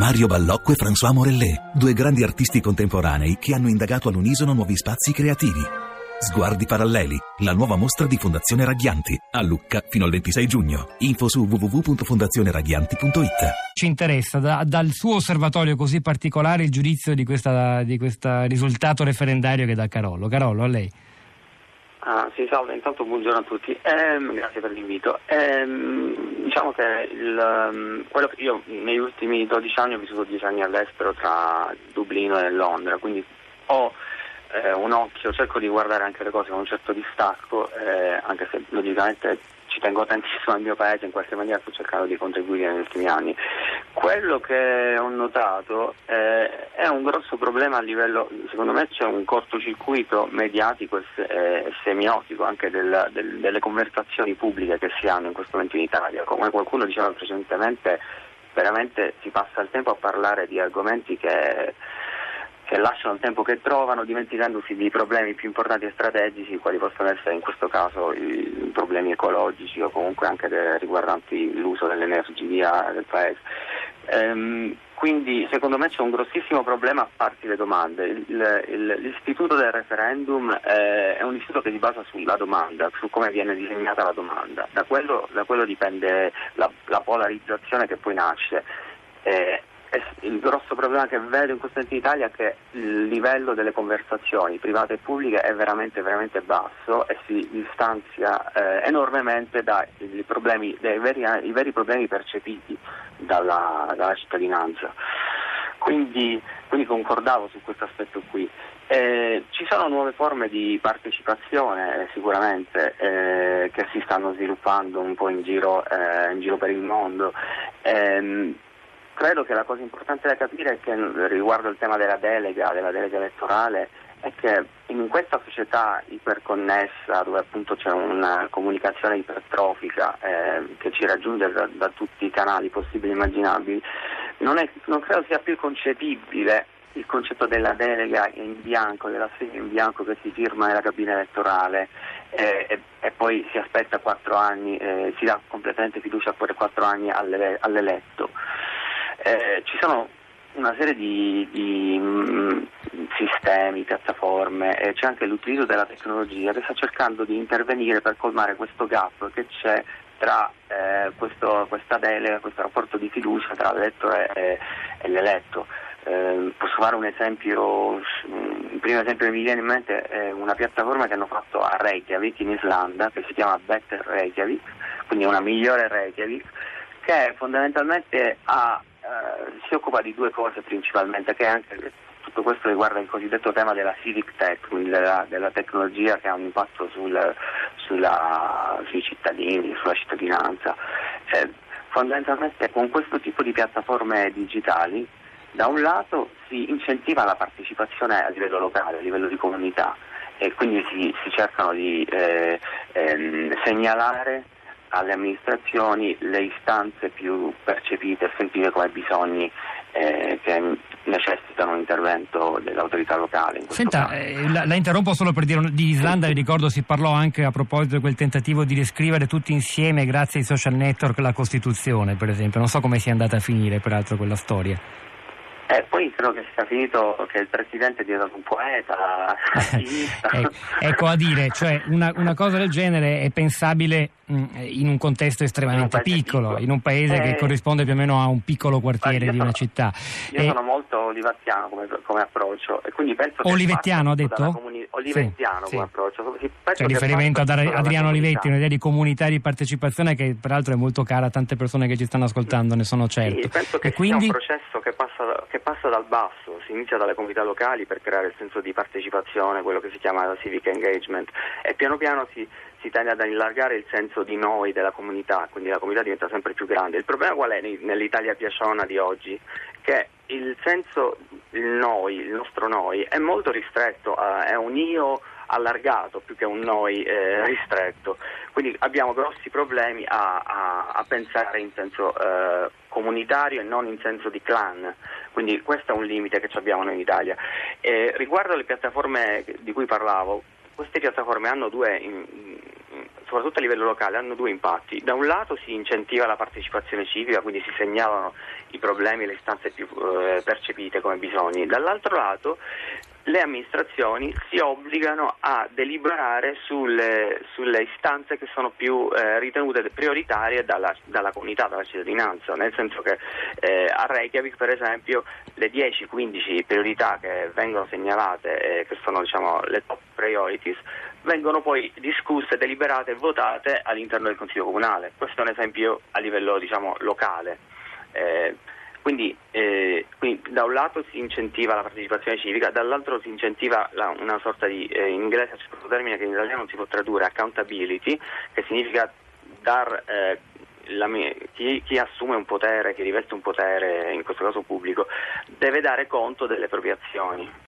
Mario Ballocco e François Morellet, due grandi artisti contemporanei che hanno indagato all'unisono nuovi spazi creativi. Sguardi paralleli, la nuova mostra di Fondazione Raghianti, a Lucca fino al 26 giugno. Info su www.fondazioneraghianti.it. Ci interessa dal suo osservatorio così particolare il giudizio di questo risultato referendario che dà Carollo. Carollo, a lei. Sì, salve, intanto buongiorno a tutti, grazie per l'invito. Diciamo che quello che io negli ultimi 12 anni ho vissuto 10 anni all'estero tra Dublino e Londra, quindi ho un occhio, cerco di guardare anche le cose con un certo distacco, anche se logicamente ci tengo tantissimo al mio paese, in qualche maniera sto cercando di contribuire negli ultimi anni. Quello che ho notato è un grosso problema a livello, secondo me c'è un cortocircuito mediatico e semiotico anche delle conversazioni pubbliche che si hanno in questo momento in Italia. Come qualcuno diceva precedentemente, veramente si passa il tempo a parlare di argomenti che lasciano il tempo che trovano, dimenticandosi di problemi più importanti e strategici, quali possono essere in questo caso i problemi ecologici o comunque anche riguardanti l'uso dell'energia del paese. Quindi secondo me c'è un grossissimo problema a farsi le domande. L'istituto del referendum è un istituto che si basa sulla domanda, su come viene disegnata la domanda. Da quello dipende la polarizzazione che poi nasce. Il grosso problema che vedo in questo momento in Italia è che il livello delle conversazioni private e pubbliche è veramente veramente basso e si distanzia enormemente dai veri problemi percepiti dalla cittadinanza. Quindi concordavo su questo aspetto qui. Ci sono nuove forme di partecipazione sicuramente che si stanno sviluppando un po' in giro per il mondo. Credo che la cosa importante da capire è che riguardo il tema della delega elettorale è che in questa società iperconnessa, dove appunto c'è una comunicazione ipertrofica che ci raggiunge da tutti i canali possibili e immaginabili, non credo sia più concepibile il concetto della delega in bianco, della segna in bianco che si firma nella cabina elettorale e poi si aspetta 4 anni, si dà completamente fiducia per 4 anni all'eletto. Ci sono una serie di sistemi, piattaforme, e c'è anche l'utilizzo della tecnologia che sta cercando di intervenire per colmare questo gap che c'è tra questa delega, questo rapporto di fiducia tra l'elettore e l'eletto. Posso fare un esempio, il primo esempio che mi viene in mente è una piattaforma che hanno fatto a Reykjavik in Islanda, che si chiama Better Reykjavik, quindi una migliore Reykjavik, che fondamentalmente si occupa di 2 cose principalmente, che anche tutto questo riguarda il cosiddetto tema della civic tech, quindi della tecnologia che ha un impatto sui cittadini, sulla cittadinanza. Fondamentalmente con questo tipo di piattaforme digitali da un lato si incentiva la partecipazione a livello locale, a livello di comunità, e quindi si cercano di segnalare alle amministrazioni le istanze più percepite e sentite come bisogni che necessitano un intervento dell'autorità locale. Senta, la interrompo solo per dire di Islanda, vi ricordo si parlò anche a proposito di quel tentativo di riscrivere tutti insieme grazie ai social network la Costituzione, per esempio. Non so come sia andata a finire peraltro quella storia. Poi credo che sia finito che il presidente è diventato un poeta, attivista. Ecco, a dire, cioè una cosa del genere è pensabile in un contesto estremamente piccolo, in un paese che corrisponde più o meno a un piccolo quartiere di una città. Io sono molto olivettiano come approccio, e quindi penso Olivettiano, ha detto? Olivettiano sì, come approccio. C'è riferimento ad Adriano Olivetti, un'idea di comunità di partecipazione che peraltro è molto cara a tante persone che ci stanno ascoltando, ne sono certo. Sì, penso che sia un processo che passa dal basso, si inizia dalle comunità locali per creare il senso di partecipazione, quello che si chiama civic engagement, e piano piano si tende ad allargare il senso di noi della comunità, quindi la comunità diventa sempre più grande. Il problema qual è nell'Italia piaciona di oggi? Che il senso, il nostro noi, è molto ristretto, è un io allargato più che un noi ristretto, quindi abbiamo grossi problemi a pensare in senso comunitario e non in senso di clan, quindi questo è un limite che abbiamo noi in Italia. Riguardo alle piattaforme di cui parlavo, queste piattaforme hanno soprattutto a livello locale, hanno due impatti. Da un lato si incentiva la partecipazione civica, quindi si segnalano i problemi e le istanze più percepite come bisogni. Dall'altro lato le amministrazioni si obbligano a deliberare sulle istanze che sono più ritenute prioritarie dalla comunità, dalla cittadinanza, nel senso che a Reykjavik, per esempio, le 10-15 priorità che vengono segnalate, che sono le top priorities, vengono poi discusse, deliberate e votate all'interno del Consiglio Comunale. Questo è un esempio a livello locale. Quindi da un lato si incentiva la partecipazione civica, dall'altro si incentiva una sorta di, in inglese c'è questo termine che in italiano non si può tradurre, accountability, che significa chi assume un potere, chi riveste un potere, in questo caso pubblico, deve dare conto delle proprie azioni.